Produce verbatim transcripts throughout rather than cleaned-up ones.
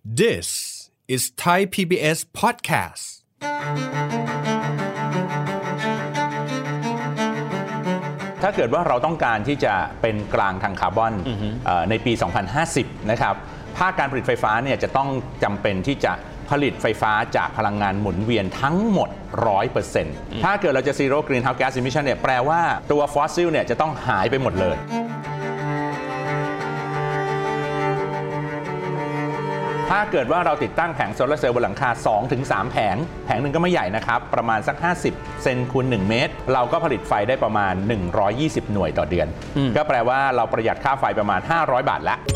This is Thai พี บี เอส podcast ถ้าเกิดว่าเราต้องการที่จะเป็นกลางทางคาร์บอนในปี สองพันห้าสิบ นะครับภาคการผลิตไฟฟ้าเนี่ยจะต้องจำเป็นที่จะผลิตไฟฟ้าจากพลังงานหมุนเวียนทั้งหมด หนึ่งร้อยเปอร์เซ็นต์ ถ้าเกิดเราจะ Zero Greenhouse Gas Emission เนี่ยแปลว่าตัวฟอสซิลเนี่ยจะต้องหายไปหมดเลยถ้าเกิดว่าเราติดตั้งแผงโซลาร์เซลล์บนหลังคา สองถึงสาม แผงแผงหนึ่งก็ไม่ใหญ่นะครับประมาณสักห้าสิบเซนคูณหนึ่งเมตรเราก็ผลิตไฟได้ประมาณหนึ่งร้อยยี่สิบหน่วยต่อเดือนก็แปลว่าเราประหยัดค่าไฟประมาณห้าร้อยบาทละ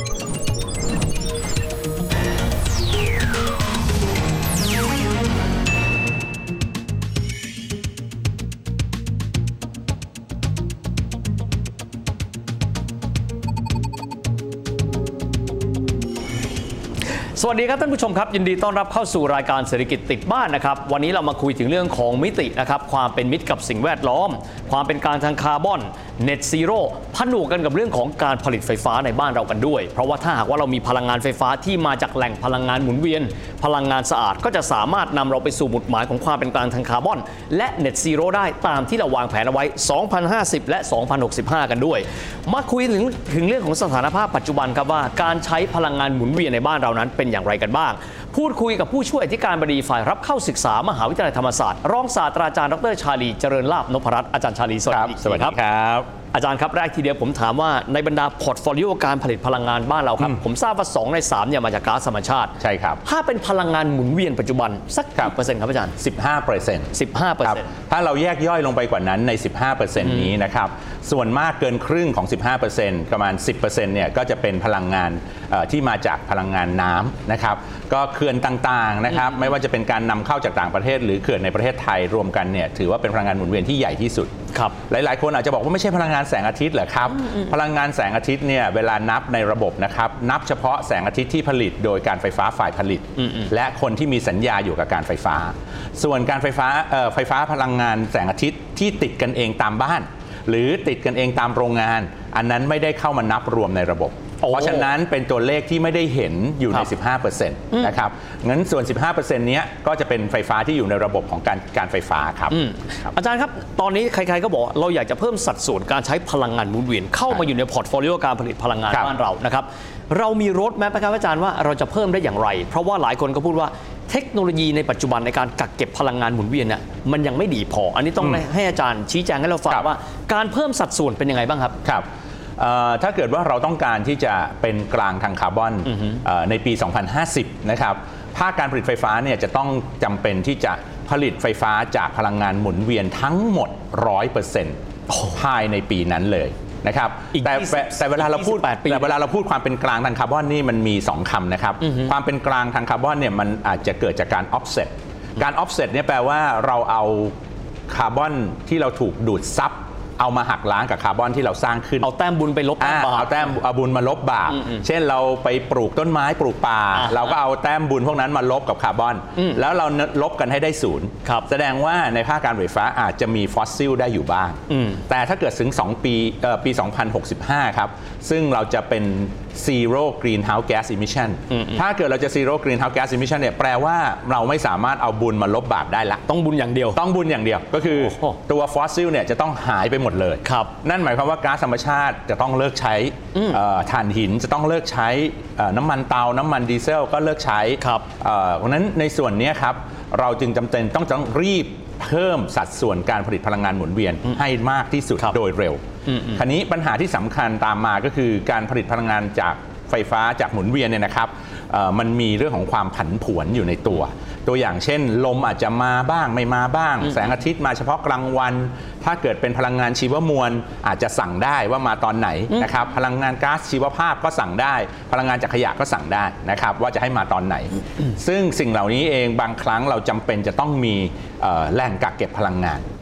สวัสดีครับท่านผู้ชมครับยินดีต้อนรับเข้าสู่รายการเศรษฐกิจติดบ้านนะครับวันนี้เรามาคุยถึงเรื่องของมิตินะครับความเป็นมิตรกับสิ่งแวดล้อมความเป็นกลางทางคาร์บอน Net Zero ผนวกกันกับเรื่องของการผลิตไฟฟ้าในบ้านเรากันด้วยเพราะว่าถ้าหากว่าเรามีพลังงานไฟฟ้าที่มาจากแหล่งพลังงานหมุนเวียนพลังงานสะอาดก็จะสามารถนำเราไปสู่หมุดหมายของความเป็นกลางทางคาร์บอนและ Net Zero ได้ตามที่เราวางแผนเอาไว้สองพันห้าสิบและสองพันหกสิบห้ากันด้วยมาคุยถึงถึงเรื่องของสถานภาพปัจจุบันครับว่าการใช้พลังงานหมุนเวียนในบ้านเรานั้นเป็นอย่างไรกันบ้างพูดคุยกับผู้ช่วยอธิการบดีฝ่ายรับเข้าศึกษามหาวิทยาลัยธรรมศาสตร์รองศาสตราจารย์ดรชาลีเจริญลาภนพรัตน์อาจารย์ชาลีสวัสดีสวัสดีครับอาจารย์ครับแรกทีเดียวผมถามว่าในบรรดาพอร์ตโฟลิโอการผลิตพลังงานบ้านเราครับผมทราบว่าสองในสามเนี่ยมาจากก๊าซธรรมชาติใช่ครับถ้าเป็นพลังงานหมุนเวียนปัจจุบันสักกี่เปอร์เซ็นต์ครับอาจารย์สิบห้าเปอร์เซ็นต์สิบห้าเปอร์เซ็นต์ถ้าเราแยกย่อยลงไปกว่านั้นใน สิบห้าเปอร์เซ็นต์ นี้นะครับส่วนมากเกินครึ่งของ สิบห้าเปอร์เซ็นต์ ประมาณ สิบเปอร์เซ็นต์ เนี่ยก็จะเป็นพลังงานที่มาจากพลังงานน้ำนะครับก็เขื่อนต่างๆนะครับไม่ว่าจะเป็นการนำเข้าจากต่างประเทศหรือเขื่อนในประเทศไทยรวมกันเนี่ยถือว่าเป็นพลังงานหมุนเวียนที่ใหญ่ที่สุดครับหลายๆคนอาจจะบอกว่าไม่ใช่พลังงานแสงอาทิตย์เหรอครับพลังงานแสงอาทิตย์เนี่ยเวลานับในระบบนะครับนับเฉพาะแสงอาทิตย์ที่ผลิตโดยการไฟฟ้าฝ่ายผลิตและคนที่มีสัญญาอยู่กับการไฟฟ้าส่วนการไฟฟ้าไฟฟ้าพลังงานแสงอาทิตย์ที่ติดกันเองตามบ้านหรือติดกันเองตามโรงงานอันนั้นไม่ได้เข้ามานับรวมในระบบเพราะฉะนั้นเป็นตัวเลขที่ไม่ได้เห็นอยู่ใน สิบห้าเปอร์เซ็นต์ นะครับงั้นส่วน สิบห้าเปอร์เซ็นต์ เนี้ยก็จะเป็นไฟฟ้าที่อยู่ในระบบของการการไฟฟ้าครับอาจารย์ครับตอนนี้ใครๆก็บอกเราอยากจะเพิ่มสัดส่วนการใช้พลังงานหมุนเวียนเข้ามาอยู่ในพอร์ตโฟลิโอการผลิตพลังงานบ้านเรานะครับเรามีโรดแมพไหมครับอาจารย์ว่าเราจะเพิ่มได้อย่างไรเพราะว่าหลายคนก็พูดว่าเทคโนโลยีในปัจจุบันในการกักเก็บพลังงานหมุนเวียนเนี่ยมันยังไม่ดีพออันนี้ต้องให้อาจารย์ชี้แจงให้เราฟังว่าการเพิ่มสัดส่วนเป็นยังไงบ้างครับครับถ้าเกิดว่าเราต้องการที่จะเป็นกลางทางคาร์บอนในปี สองพันห้าสิบ นะครับภาคการผลิตไฟฟ้าเนี่ยจะต้องจำเป็นที่จะผลิตไฟฟ้าจากพลังงานหมุนเวียนทั้งหมด หนึ่งร้อยเปอร์เซ็นต์ ภายในปีนั้นเลยนะครับแต่แต่เวลาเราพูดแต่เวลาเราพูดความเป็นกลางทางคาร์บอนนี่มันมีสองคำนะครับความเป็นกลางทางคาร์บอนเนี่ยมันอาจจะเกิดจากการ offset การ offset เนี่ยแปลว่าเราเอาคาร์บอนที่เราถูกดูดซับเอามาหักล้างกับคาร์บอนที่เราสร้างขึ้นเอาแต้มบุญไปลบบาปเอาแต้มเอาบุญมาลบบาปเช่นเราไปปลูกต้นไม้ปลูกป่าเราก็เอาแต้มบุญพวกนั้นมาลบกับคาร์บอนแล้วเราลบกันให้ได้ศูนย์แสดงว่าในภาคการไฟฟ้าอาจจะมีฟอสซิลได้อยู่บ้างแต่ถ้าเกิดถึงสองปีปี สองพันหกสิบห้า ครับซึ่งเราจะเป็น Zero Greenhouse Gas Emission ถ้าเกิดเราจะ Zero Greenhouse Gas Emission เนี่ยแปลว่าเราไม่สามารถเอาบุญมาลบบาปได้ละต้องบุญอย่างเดียวต้องบุญอย่างเดียวก็คือตัวฟอสซิลเนี่ยจะต้องหายไปหมดเลยนั่นหมายความว่าก๊าซธรรมชาติจะต้องเลิกใช้ถ่านหินจะต้องเลิกใช้น้ำมันเตาน้ำมันดีเซลก็เลิกใช้เพราะนั้นในส่วนนี้ครับเราจึงจำเป็นต้องต้องรีบเพิ่มสัดส่วนการผลิตพลังงานหมุนเวียนให้มากที่สุดโดยเร็วคราวนี้ปัญหาที่สำคัญตามมาก็คือการผลิตพลังงานจากไฟฟ้าจากหมุนเวียนเนี่ยนะครับมันมีเรื่องของความผันผวนอยู่ในตัวตัวอย่างเช่นลมอาจจะมาบ้างไม่มาบ้างแสงอาทิตย์มาเฉพาะกลางวันถ้าเกิดเป็นพลังงานชีวมวลอาจจะสั่งได้ว่ามาตอนไหนนะครับพลังงานก๊าซชีวภาพก็สั่งได้พลังงานจากขยะก็สั่งได้นะครับว่าจะให้มาตอนไหนซึ่งสิ่งเหล่านี้เองบางครั้งเราจำเป็นจะต้องมีแหล่งกักเก็บพลังงาน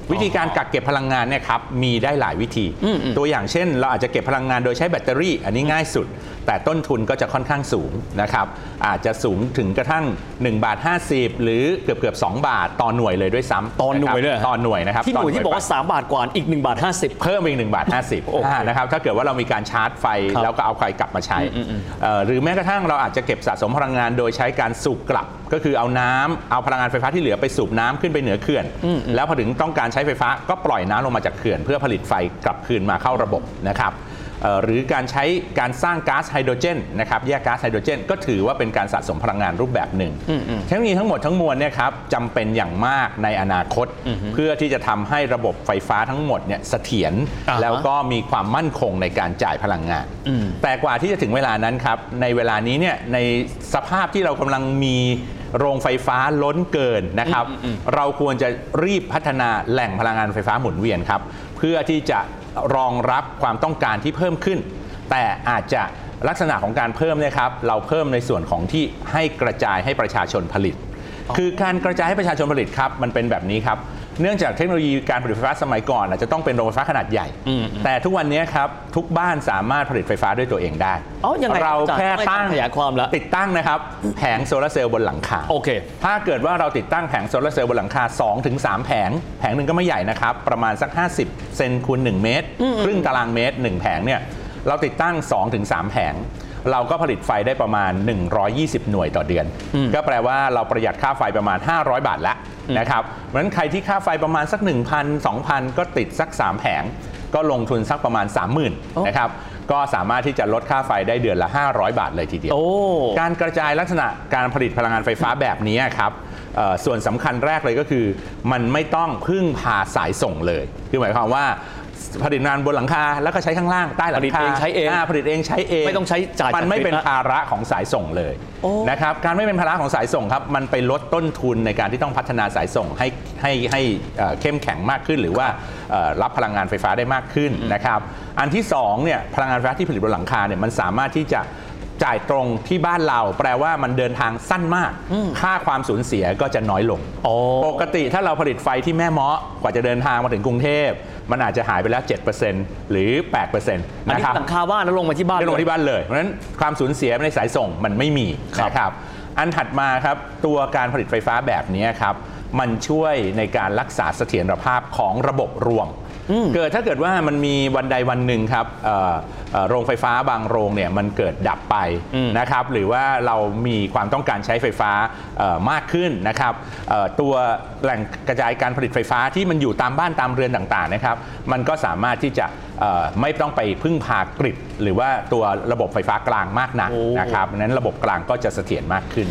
วิธีการกักเก็บพลังงานเนี่ยครับมีได้หลายวิธีตัวอย่างเช่นเราอาจจะเก็บพลังงานโดยใช้แบตเตอรี่อันนี้ง่ายสุดแต่ต้นทุนก็จะค่อนข้างสูงนะครับอาจจะสูงถึงกระทั่งหนึ่งบาทห้าสิบหรือเกือบเกือบสองบาทต่อหน่วยเลยด้วยซ้ำต่อหน่วยเลยต่อหน่วยนะครับที่หน่วยที่บอกว่าสามบาทกว่าอีกหนึ่งบาทห้าสิบเพิ่มอีกหนึ่งบาทห้าสิบนะครับถ้าเกิดว่าเรามีการชาร์จไฟแล้วก็เอาไฟกลับมาใช้หรือแม้กระทั่งเราอาจจะเก็บสะสมพลังงานโดยใช้การสูบกลับก็คือเอาน้ำเอาพลังงานไฟฟ้าที่เหลือไปสูบน้ำขึ้นไปเหนือเขื่อนแล้วพอถึงต้องการใช้ไฟฟ้าก็ปล่อยน้ำลงมาจากเขื่อนเพื่อผลิตไฟกลับคืนมาเข้าระบบนะครับหรือการใช้การสร้างก๊าซไฮโดรเจนนะครับแยกก๊าซไฮโดรเจนก็ถือว่าเป็นการสะสมพลังงานรูปแบบหนึ่งทั้งนี้ทั้งหมดทั้งมวลเนี่ยครับจำเป็นอย่างมากในอนาคตเพื่อที่จะทำให้ระบบไฟฟ้าทั้งหมดเนี่ยเสถียรแล้วก็มีความมั่นคงในการจ่ายพลังงานแต่กว่าที่จะถึงเวลานั้นครับในเวลานี้เนี่ยในสภาพที่เรากำลังมีโรงไฟฟ้าล้นเกินนะครับเราควรจะรีบพัฒนาแหล่งพลังงานไฟฟ้าหมุนเวียนครับเพื่อที่จะรองรับความต้องการที่เพิ่มขึ้นแต่อาจจะลักษณะของการเพิ่มเนี่ยครับเราเพิ่มในส่วนของที่ให้กระจายให้ประชาชนผลิตคือการกระจายให้ประชาชนผลิตครับมันเป็นแบบนี้ครับเนื่องจากเทคโนโลยีการผลิตไฟฟ้าสมัยก่อนอาจจะต้องเป็นโรงไฟฟ้าขนาดใหญ่แต่ทุกวันนี้ครับทุกบ้านสามารถผลิตไฟฟ้าด้วยตัวเองได้เราแค่ตั้งขยายความแล้วติดตั้งนะครับแผงโซลาร์เซลล์บนหลังคาโอเคถ้าเกิดว่าเราติดตั้งแผงโซลาร์เซลล์บนหลังคา สองถึงสาม แผงแผงหนึ่งก็ไม่ใหญ่นะครับประมาณสักห้าสิบเซนคูณหนึ่งเมตรครึ่งตารางเมตรหนึ่งแผงเนี่ยเราติดตั้ง สองถึงสาม แผงเราก็ผลิตไฟได้ประมาณหนึ่งร้อยยี่สิบหน่วยต่อเดือนก็แปลว่าเราประหยัดค่าไฟประมาณห้าร้อยบาทแล้วนะครับเพราะฉะนั้นใครที่ค่าไฟประมาณสัก หนึ่งพัน สองพัน ก็ติดสักสามแผงก็ลงทุนสักประมาณ สามหมื่น นะครับก็สามารถที่จะลดค่าไฟได้เดือนละห้าร้อยบาทเลยทีเดียวการกระจายลักษณะการผลิตพลังงานไฟฟ้าแบบนี้ครับส่วนสำคัญแรกเลยก็คือมันไม่ต้องพึ่งพาสายส่งเลยคือหมายความว่าผลิตงานบนหลังคาแล้วก็ใช้ข้างล่างใต้หลังคาผลิตเองใช้เองผลิตเองใช้เองไม่ต้องใช้จ่ายมันไม่เป็นภาระของสายส่งเลยนะครับการไม่เป็นภาระของสายส่งครับมันไปลดต้นทุนในการที่ต้องพัฒนาสายส่งให้ให้ให้เข้มแข็งมากขึ้นหรือว่ารับพลังงานไฟฟ้าได้มากขึ้นนะครับอันที่สองเนี่ยพลังงานไฟฟ้าที่ผลิตบนหลังคาเนี่ยมันสามารถที่จะจ่ายตรงที่บ้านเราแปลว่ามันเดินทางสั้นมากค่าความสูญเสียก็จะน้อยลงปกติถ้าเราผลิตไฟที่แม่เมาะกว่าจะเดินทางมาถึงกรุงเทพมันอาจจะหายไปแล้ว เจ็ดเปอร์เซ็นต์ หรือ แปดเปอร์เซ็นต์ นะครับหลังคาบ้านแล้วลงมาที่บ้านลงมาที่บ้านเลยเพราะฉะนั้นความสูญเสียในสายส่งมันไม่มีนะครับอันถัดมาครับตัวการผลิตไฟฟ้าแบบนี้ครับมันช่วยในการรักษาเสถียรภาพของระบบรวมเกิดถ้าเกิดว่ามันมีวันใดวันหนึ่งครับโรงไฟฟ้าบางโรงเนี่ยมันเกิดดับไปนะครับหรือว่าเรามีความต้องการใช้ไฟฟ้ามากขึ้นนะครับตัวแหล่งกระจายการผลิตไฟฟ้าที่มันอยู่ตามบ้านตามเรือนต่างๆนะครับมันก็สามารถที่จะไม่ต้องไปพึ่งพากริดหรือว่าตัวระบบไฟฟ้ากลางมากนักนะครับนั้นระบบกลางก็จะเสถียรมากขึ้น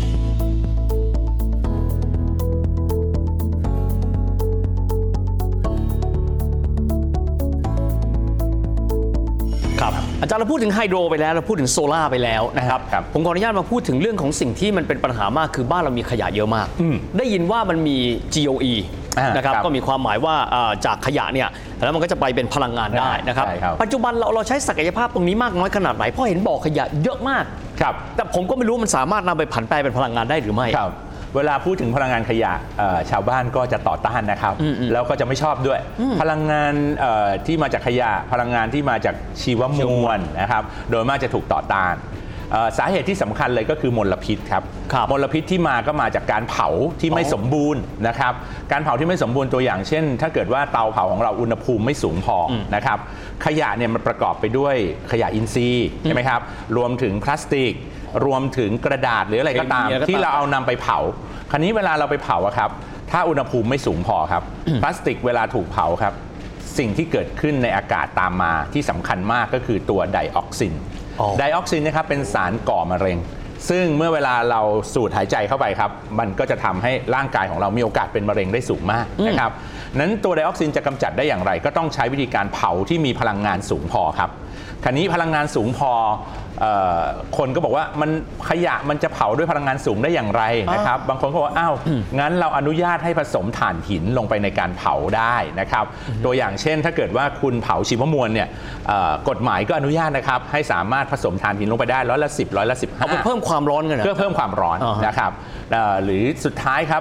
อาจารย์เราพูดถึงไฮโดรไปแล้วเราพูดถึงโซล่าไปแล้วนะครับผมขออนุญาตมาพูดถึงเรื่องของสิ่งที่มันเป็นปัญหามากคือบ้านเรามีขยะเยอะมากได้ยินว่ามันมี จี โอ อี นะครับก็มีความหมายว่าจากขยะเนี่ยแล้วมันก็จะไปเป็นพลังงานได้นะครับปัจจุบันเราเราใช้ศักยภาพตรงนี้มากน้อยขนาดไหนเพราะเห็นบ่อขยะเยอะมากครับแต่ผมก็ไม่รู้มันสามารถนำไปผันแปรเป็นพลังงานได้หรือไม่เวลาพูดถึงพลังงานขยะชาวบ้านก็จะต่อต้านนะครับแล้วก็จะไม่ชอบด้วยพลังงานที่มาจากขยะพลังงานที่มาจากชีวมวลนะครับโดยมากจะถูกต่อต้านสาเหตุที่สำคัญเลยก็คือมลพิษครับมลพิษที่มาก็มาจากการเผาที่ไม่สมบูรณ์นะครับการเผาที่ไม่สมบูรณ์ตัวอย่างเช่นถ้าเกิดว่าเตาเผาของเราอุณหภูมิไม่สูงพอนะครับขยะเนี่ยมันประกอบไปด้วยขยะอินทรีย์ใช่ไหมครับรวมถึงพลาสติกรวมถึงกระดาษหรืออะไรก็ตามที่เราเอานำไปเผาคราวนี้เวลาเราไปเผาครับถ้าอุณหภูมิไม่สูงพอครับพลาสติกเวลาถูกเผาครับสิ่งที่เกิดขึ้นในอากาศตามมาที่สำคัญมากก็คือตัวไดออกซินไดออกซินนะครับเป็นสารก่อมะเร็งซึ่งเมื่อเวลาเราสูดหายใจเข้าไปครับมันก็จะทำให้ร่างกายของเรามีโอกาสเป็นมะเร็งได้สูงมากนะครับนั้นตัวไดออกซินจะกำจัดได้อย่างไรก็ต้องใช้วิธีการเผาที่มีพลังงานสูงพอครับคราวนี้พลังงานสูงพอคนก็บอกว่ามันขยะมันจะเผาด้วยพลังงานสูงได้อย่างไรนะครับบางคนก็บอกอ้าวงั้นเราอนุญาตให้ผสมถ่านหินลงไปในการเผาได้นะครับตัวอย่างเช่นถ้าเกิดว่าคุณเผาชีวมวลเนี่ยกฎหมายก็อนุญาตนะครับให้สามารถผสมถ่านหินลงไปได้ร้อยละสิบร้อยละสิบห้าเอาไปเพิ่มความร้อนกันเพื่อเพิ่มความร้อนนะครับหรือสุดท้ายครับ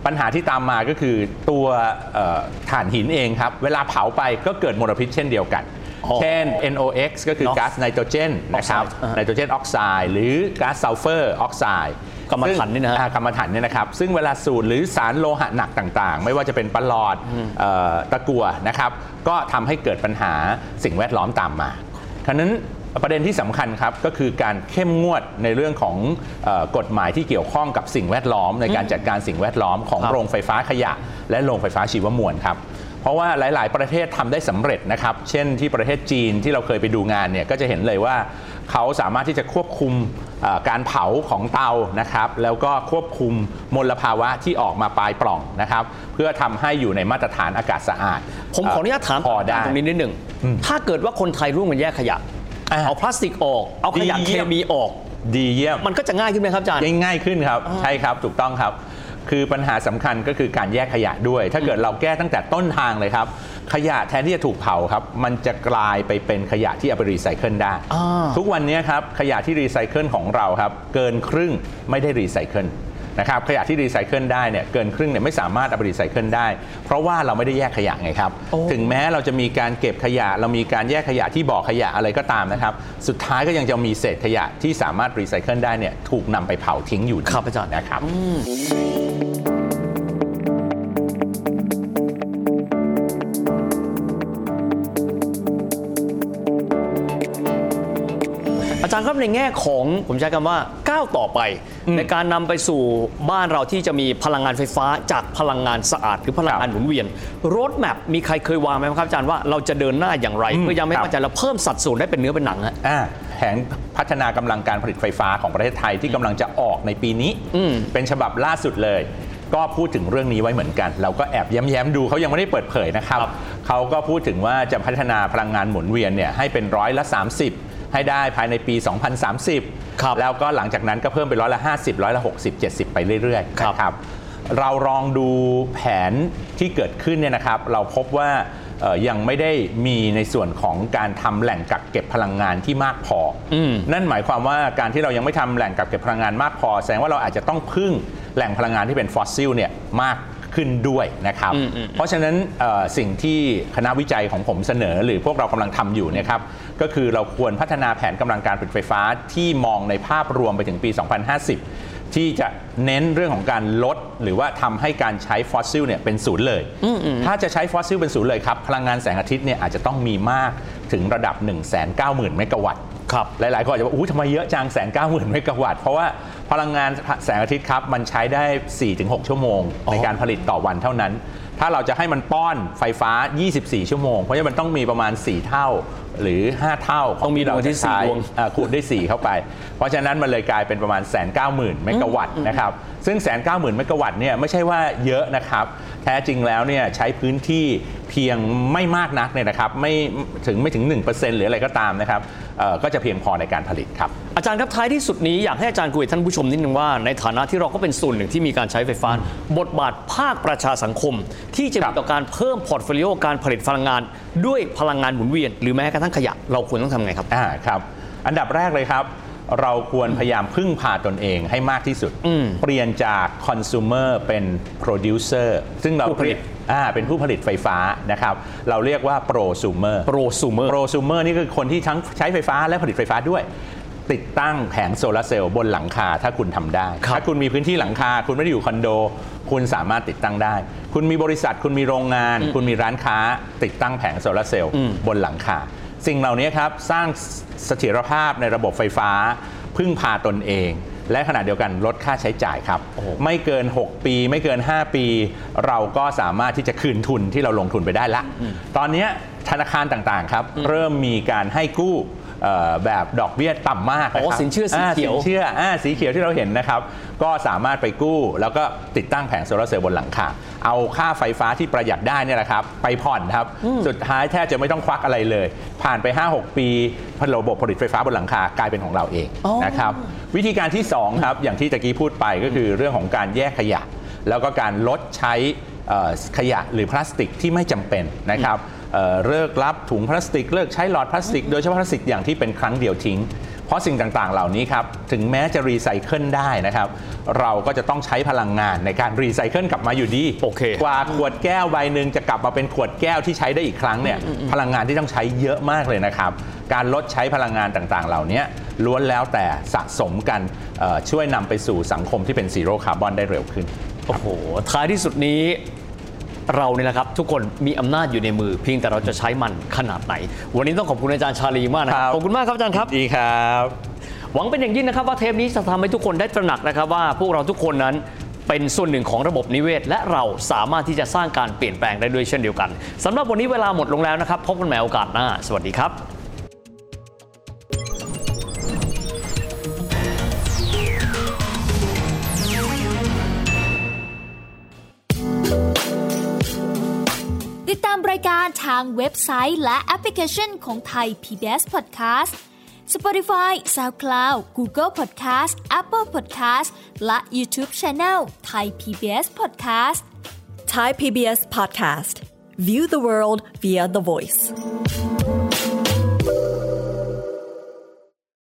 ปัญหาที่ตามมาก็คือตัวถ่านหินเองครับเวลาเผาไปก็เกิดมลพิษเช่นเดียวกันเช่น เอ็น โอ เอ็กซ์ ก็คือก๊าซไนโตรเจนนะครับไนโตรเจนออกไซด์หรือก๊าซซัลเฟอร์ออกไซด์กัมมันถันนี่นะกัมมันถันเนี่ยนะครับซึ่งเวลาสูดหรือสารโลหะหนักต่างๆไม่ว่าจะเป็นปลอดตะกั่วนะครับก็ทำให้เกิดปัญหาสิ่งแวดล้อมตามมาฉะนั้นประเด็นที่สำคัญครับก็คือการเข้มงวดในเรื่องของเอ่อกฎหมายที่เกี่ยวข้องกับสิ่งแวดล้อมในการจัดการสิ่งแวดล้อมของโรงไฟฟ้าขยะและโรงไฟฟ้าชีวมวลครับเพราะว่าหลายๆประเทศทำได้สำเร็จนะครับเช่นที่ประเทศจีนที่เราเคยไปดูงานเนี่ยก็จะเห็นเลยว่าเขาสามารถที่จะควบคุมการเผาของเตานะครับแล้วก็ควบคุมมลภาวะที่ออกมาปลายปล่องนะครับเพื่อทำให้อยู่ในมาตรฐานอากาศสะอาดผมขออนุญาตถามตรงนี้นิดหนึ่งถ้าเกิดว่าคนไทยร่วมกันแยกขยะเอาพลาสติกออกเอาขยะเคมีออกดีเยี่ยมมันก็จะง่ายขึ้นไหมครับอาจารย์ง่ายขึ้นครับใช่ครับถูกต้องครับคือปัญหาสำคัญก็คือการแยกขยะด้วยถ้าเกิดเราแก้ตั้งแต่ต้นทางเลยครับขยะแทนที่จะถูกเผาครับมันจะกลายไปเป็นขยะที่เอาไปรีไซเคิลได้ทุกวันนี้ครับขยะที่รีไซเคิลของเราครับเกินครึ่งไม่ได้รีไซเคิลนะครับขยะที่รีไซเคิลได้เนี่ยเกินครึ่งเนี่ยไม่สามารถเอาไปรีไซเคิลได้เพราะว่าเราไม่ได้แยกขยะไงครับถึงแม้เราจะมีการเก็บขยะเรามีการแยกขยะที่บ่อขยะอะไรก็ตามนะครับสุดท้ายก็ยังจะมีเศษขยะที่สามารถรีไซเคิลได้เนี่ยถูกนำไปเผาทิ้งอยู่ครับอาจารย์นะครับอาจารย์ครับในแง่ของผมใช้คำว่าก้าวต่อไปในการนำไปสู่บ้านเราที่จะมีพลังงานไฟฟ้าจากพลังงานสะอาดหรือพลังงานหมุนเวียนโรดแมพมีใครเคยวางไหมครับอาจารย์ว่าเราจะเดินหน้าอย่างไรเพื่อยังไม่ว่าจะเราเพิ่มสัดส่วนได้เป็นเนื้อเป็นหนังฮะแผนพัฒนากำลังการผลิตไฟฟ้าของประเทศไทยที่กำลังจะออกในปีนี้เป็นฉบับล่าสุดเลยก็พูดถึงเรื่องนี้ไว้เหมือนกันเราก็แอบแย้มๆดูเขายังไม่ได้เปิดเผยนะครับเขาก็พูดถึงว่าจะพัฒนาพลังงานหมุนเวียนเนี่ยให้เป็นร้อยละสามสิบให้ได้ภายในปี สองพันสามสิบ แล้วก็หลังจากนั้นก็เพิ่มเป็นร้อยละห้าสิบร้อยละหกสิบ เจ็ดสิบไปเรื่อยๆนะครับเราลองดูแผนที่เกิดขึ้นเนี่ยนะครับเราพบว่ายังไม่ได้มีในส่วนของการทำแหล่งกักเก็บพลังงานที่มากพอนั่นหมายความว่าการที่เรายังไม่ทำแหล่งกักเก็บพลังงานมากพอแสดงว่าเราอาจจะต้องพึ่งแหล่งพลังงานที่เป็นฟอสซิลเนี่ยมากขึ้นด้วยนะครับเพราะฉะนั้นสิ่งที่คณะวิจัยของผมเสนอหรือพวกเรากำลังทำอยู่นะครับก็คือเราควรพัฒนาแผนกำลังการผลิตไฟฟ้าที่มองในภาพรวมไปถึงปี สองพันห้าสิบ ที่จะเน้นเรื่องของการลดหรือว่าทำให้การใช้ฟอสซิลเนี่ยเป็นศูนย์เลยถ้าจะใช้ฟอสซิลเป็นศูนย์เลยครับพลังงานแสงอาทิตย์เนี่ยอาจจะต้องมีมากถึงระดับ หนึ่งแสนเก้าหมื่น เมกะวัตต์ครับหลายๆคนอาจจะบอกอู้ทำไมเยอะจัง หนึ่งแสนเก้าหมื่น เมกะวัตต์เพราะว่าพลังงานแสงอาทิตย์ครับมันใช้ได้ สี่ถึงหก ชั่วโมงในการผลิตต่อวันเท่านั้นถ้าเราจะให้มันป้อนไฟฟ้ายี่สิบสี่ชั่วโมงเพราะฉะนั้นมันต้องมีประมาณสี่เท่าหรือห้าเท่าต้องมีดวงที่สี่ดวงคูณได้สี่เข้าไปเพราะฉะนั้นมันเลยกลายเป็นประมาณ หนึ่งแสนเก้าหมื่น เมกะวัตต์นะครับซึ่ง หนึ่งแสนเก้าหมื่น เมกะวัตต์เนี่ยไม่ใช่ว่าเยอะนะครับแท้จริงแล้วเนี่ยใช้พื้นที่เพียงไม่มากนักเนี่ยนะครับไม่ถึงไม่ถึง หนึ่งเปอร์เซ็นต์ หรืออะไรก็ตามนะครับก็จะเพียงพอในการผลิตครับอาจารย์ครับท้ายที่สุดนี้อยากให้อาจารย์คุยกับท่านผู้ชมนิดนึงว่าในฐานะที่เราก็เป็นส่วนหนึ่งที่มีการใช้ไฟฟ้าบทบาทภาคประชาสังคมที่จะมีต่อการเพิ่มพอร์ตโฟลิโอการผลิตพลังงานด้วยพลังงานหมุนเวียนหรือแม้กระทั่งขยะเราควรต้องทำไงครับอ่าครับอันดับแรกเลยครับเราควรพยายามพึ่งพาตนเองให้มากที่สุดเปลี่ยนจากคอน sumer เป็น producer ซึ่งเราผลิตอ่าเป็นผู้ผลิตไฟฟ้านะครับเราเรียกว่า prosumer prosumer prosumer นี่คือคนที่ทั้งใช้ไฟฟ้าและผลิตไฟฟ้าด้วยติดตั้งแผงโซลาร์เซลล์บนหลังคาถ้าคุณทำได้ถ้าคุณมีพื้นที่หลังคาคุณไม่ได้อยู่คอนโดคุณสามารถติดตั้งได้คุณมีบริษัทคุณมีโรงงานคุณมีร้านค้าติดตั้งแผงโซลาร์เซลล์บนหลังคาสิ่งเหล่านี้ครับสร้างเสถียรภาพในระบบไฟฟ้าพึ่งพาตนเองและขณะเดียวกันลดค่าใช้จ่ายครับไม่เกินหกปีไม่เกินห้าปีเราก็สามารถที่จะคืนทุนที่เราลงทุนไปได้ละตอนนี้ธนาคารต่างๆครับเริ่มมีการให้กู้แบบดอกเบี้ยต่ำมากนะครับสินเชื่อสีเขียวสินเชื่อสีเขียวที่เราเห็นนะครับก็สามารถไปกู้แล้วก็ติดตั้งแผงโซลาร์เซลล์บนหลังคาเอาค่าไฟฟ้าที่ประหยัดได้เนี่ยแหละครับไปผ่อนครับสุดท้ายแทบจะไม่ต้องควักอะไรเลยผ่านไป ห้าหก ปีระบบผลิตไฟฟ้าบนหลังคากลายเป็นของเราเองนะครับวิธีการที่สองครับอย่างที่ตะกี้พูดไปก็คือเรื่องของการแยกขยะแล้วก็การลดใช้ขยะหรือพลาสติกที่ไม่จำเป็นนะครับเลิกรับถุงพลาสติกเลิกใช้หลอดพลาสติกโดยเฉพาะพลาสติกอย่างที่เป็นครั้งเดียวทิ้งพราะสิ่งต่างๆเหล่านี้ครับถึงแม้จะรีไซเคิลได้นะครับเราก็จะต้องใช้พลังงานในการรีไซเคิลกลับมาอยู่ดี okay. กว่าขวดแก้วใบหนึ่งจะกลับมาเป็นขวดแก้วที่ใช้ได้อีกครั้งเนี่ยพลังงานที่ต้องใช้เยอะมากเลยนะครับการลดใช้พลังงานต่างๆเหล่านี้ล้วนแล้วแต่สะสมกันช่วยนำไปสู่สังคมที่เป็นซีโร่คาร์บอนได้เร็วขึ้นโอ้โหท้ายที่สุดนี้เราเนี่ยแหละครับทุกคนมีอำนาจอยู่ในมือเพียงแต่เราจะใช้มันขนาดไหนวันนี้ต้องขอบคุณอาจารย์ชาลีมากนะครับขอบคุณมากครับอาจารย์ครับดีครับหวังเป็นอย่างยิ่งนะครับว่าเทปนี้จะทำให้ทุกคนได้ตระหนักนะครับว่าพวกเราทุกคนนั้นเป็นส่วนหนึ่งของระบบนิเวศและเราสามารถที่จะสร้างการเปลี่ยนแปลงได้ด้วยเช่นเดียวกันสำหรับวันนี้เวลาหมดลงแล้วนะครับพบกันใหม่โอกาสหน้าสวัสดีครับติดตามรายการทางเว็บไซต์และแอปพลิเคชันของไทย พี บี เอส Podcast Spotify, SoundCloud, Google Podcast, Apple Podcast และ YouTube Channel Thai พี บี เอส Podcast Thai พี บี เอส Podcast View the world via the voice